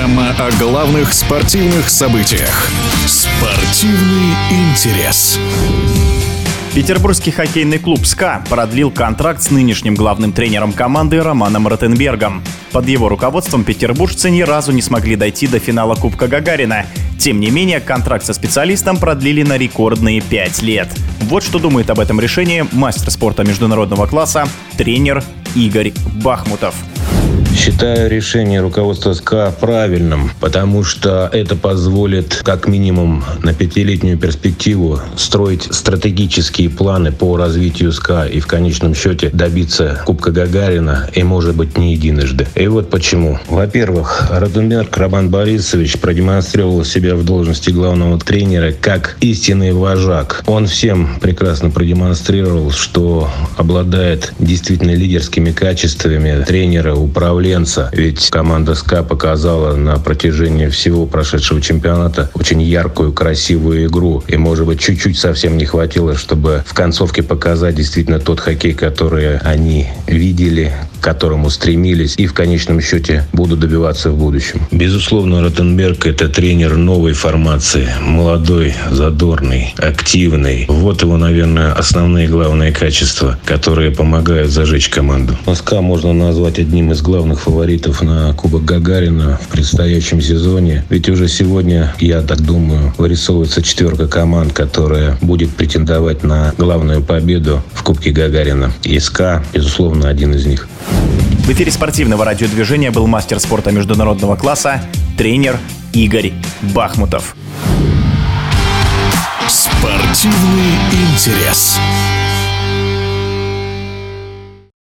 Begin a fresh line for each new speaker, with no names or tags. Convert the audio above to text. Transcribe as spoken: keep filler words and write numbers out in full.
Программа о главных спортивных событиях. Спортивный интерес.
Петербургский хоккейный клуб «СКА» продлил контракт с нынешним главным тренером команды Романом Ротенбергом. Под его руководством петербуржцы ни разу не смогли дойти до финала Кубка Гагарина. Тем не менее, контракт со специалистом продлили на рекордные пять лет. Вот что думает об этом решении мастер спорта международного класса, тренер Игорь Бахмутов.
Считаю решение руководства СКА правильным, потому что это позволит как минимум на пятилетнюю перспективу строить стратегические планы по развитию СКА и в конечном счете добиться Кубка Гагарина, и может быть не единожды. И вот почему. Во-первых, Ротенберг Роман Борисович продемонстрировал себя в должности главного тренера как истинный вожак. Он всем прекрасно продемонстрировал, что обладает действительно лидерскими качествами тренера, управленца. Ведь команда СКА показала на протяжении всего прошедшего чемпионата очень яркую, красивую игру. И, может быть, чуть-чуть совсем не хватило, чтобы в концовке показать действительно тот хоккей, который они видели, к которому стремились и в конечном счете будут добиваться в будущем. Безусловно, Ротенберг – это тренер новой формации. Молодой, задорный, активный. Вот его, наверное, основные главные качества, которые помогают зажечь команду. СКА можно назвать одним из главных фаворитов на Кубок Гагарина в предстоящем сезоне. Ведь уже сегодня, я так думаю, вырисовывается четверка команд, которая будет претендовать на главную победу в Кубке Гагарина. И СКА, безусловно, один из них.
В эфире спортивного радиодвижения был мастер спорта международного класса, тренер Игорь Бахмутов.
Спортивный интерес.